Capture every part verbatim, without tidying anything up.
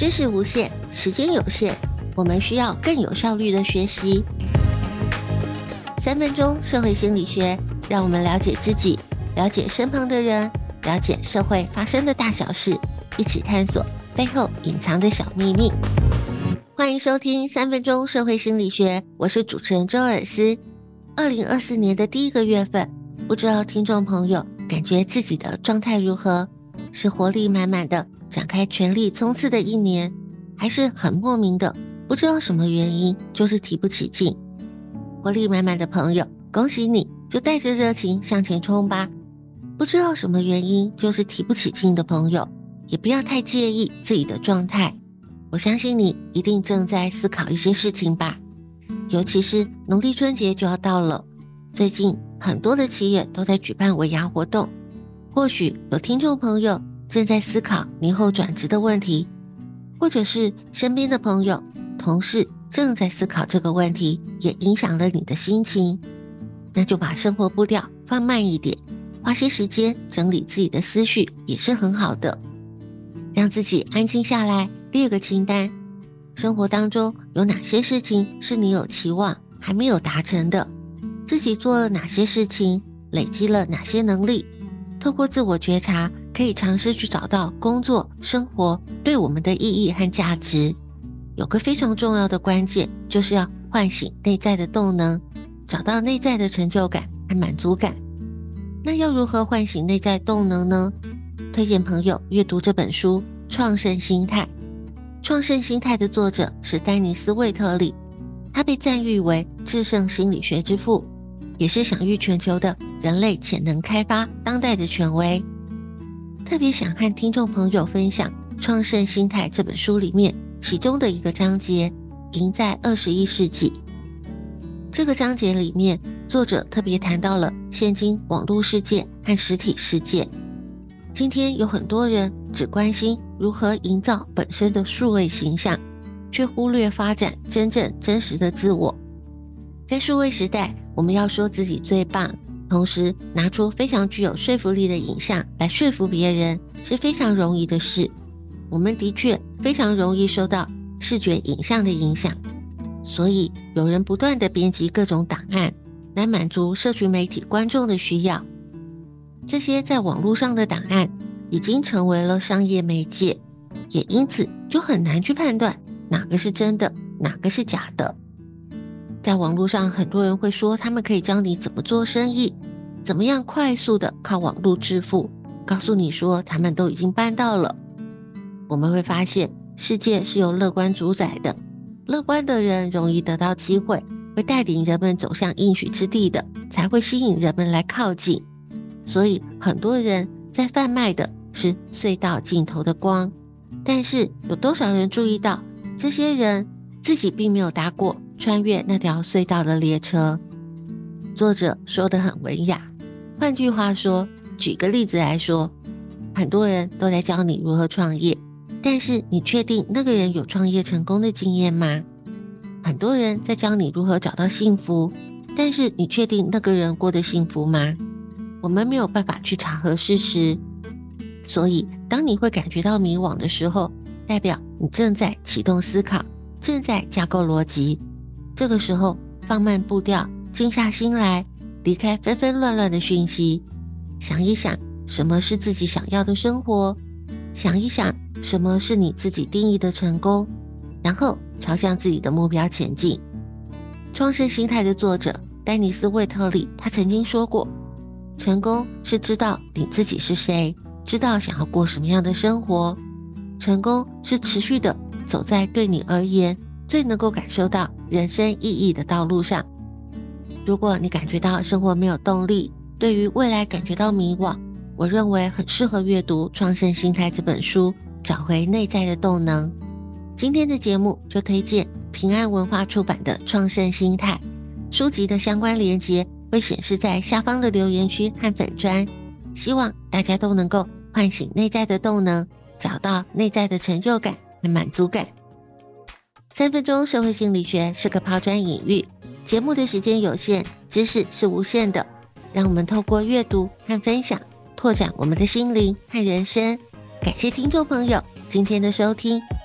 知识无限，时间有限，我们需要更有效率的学习。三分钟社会心理学，让我们了解自己，了解身旁的人，了解社会发生的大小事，一起探索背后隐藏的小秘密。欢迎收听三分钟社会心理学，我是主持人周尔斯。二零二四年的第一个月份，不知道听众朋友感觉自己的状态如何？是活力满满的展开全力冲刺的一年，还是很莫名的不知道什么原因就是提不起劲？活力满满的朋友，恭喜你，就带着热情向前冲吧。不知道什么原因就是提不起劲的朋友，也不要太介意自己的状态。我相信你一定正在思考一些事情吧，尤其是农历春节就要到了，最近很多的企业都在举办尾牙活动，或许有听众朋友正在思考年后转职的问题，或者是身边的朋友、同事正在思考这个问题，也影响了你的心情。那就把生活步调放慢一点，花些时间整理自己的思绪也是很好的，让自己安静下来。列个清单，生活当中有哪些事情是你有期望还没有达成的，自己做了哪些事情，累积了哪些能力，透过自我觉察，可以尝试去找到工作、生活对我们的意义和价值。有个非常重要的关键，就是要唤醒内在的动能，找到内在的成就感和满足感。那要如何唤醒内在动能呢？推荐朋友阅读这本书《创胜心态》。创胜心态的作者是丹尼斯·魏特利，他被赞誉为制胜心理学之父，也是享誉全球的人类潜能开发当代的权威。特别想和听众朋友分享《创胜心态》这本书里面其中的一个章节，赢在二十一世纪。这个章节里面，作者特别谈到了现今网络世界和实体世界。今天有很多人只关心如何营造本身的数位形象，却忽略发展真正真实的自我。在数位时代，我们要说自己最棒，同时拿出非常具有说服力的影像来说服别人，是非常容易的事。我们的确非常容易受到视觉影像的影响，所以有人不断地编辑各种档案，来满足社群媒体观众的需要。这些在网络上的档案已经成为了商业媒介，也因此就很难去判断哪个是真的，哪个是假的。在网络上，很多人会说他们可以教你怎么做生意，怎么样快速的靠网络致富，告诉你说他们都已经办到了。我们会发现世界是由乐观主宰的，乐观的人容易得到机会，会带领人们走向应许之地的，才会吸引人们来靠近。所以很多人在贩卖的是隧道尽头的光，但是有多少人注意到这些人自己并没有搭过穿越那条隧道的列车？作者说得很文雅，换句话说，举个例子来说，很多人都在教你如何创业，但是你确定那个人有创业成功的经验吗？很多人在教你如何找到幸福，但是你确定那个人过得幸福吗？我们没有办法去查核事实，所以当你会感觉到迷惘的时候，代表你正在启动思考，正在架构逻辑。这个时候放慢步调，静下心来，离开纷纷乱乱的讯息，想一想什么是自己想要的生活，想一想什么是你自己定义的成功，然后朝向自己的目标前进。创胜心态的作者丹尼斯·魏特利，他曾经说过，成功是知道你自己是谁，知道想要过什么样的生活。成功是持续的走在对你而言最能够感受到人生意义的道路上。如果你感觉到生活没有动力，对于未来感觉到迷惘，我认为很适合阅读《创胜心态》这本书，找回内在的动能。今天的节目就推荐平安文化出版的《创胜心态》，书籍的相关连结会显示在下方的留言区和粉专，希望大家都能够唤醒内在的动能，找到内在的成就感和满足感。三分钟社会心理学是个抛砖引玉，节目的时间有限，知识是无限的，让我们透过阅读和分享，拓展我们的心灵和人生。感谢听众朋友今天的收听，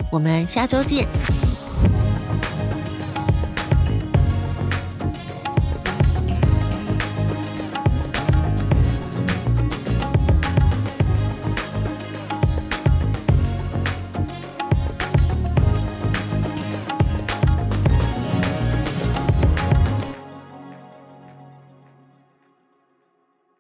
我们下周见。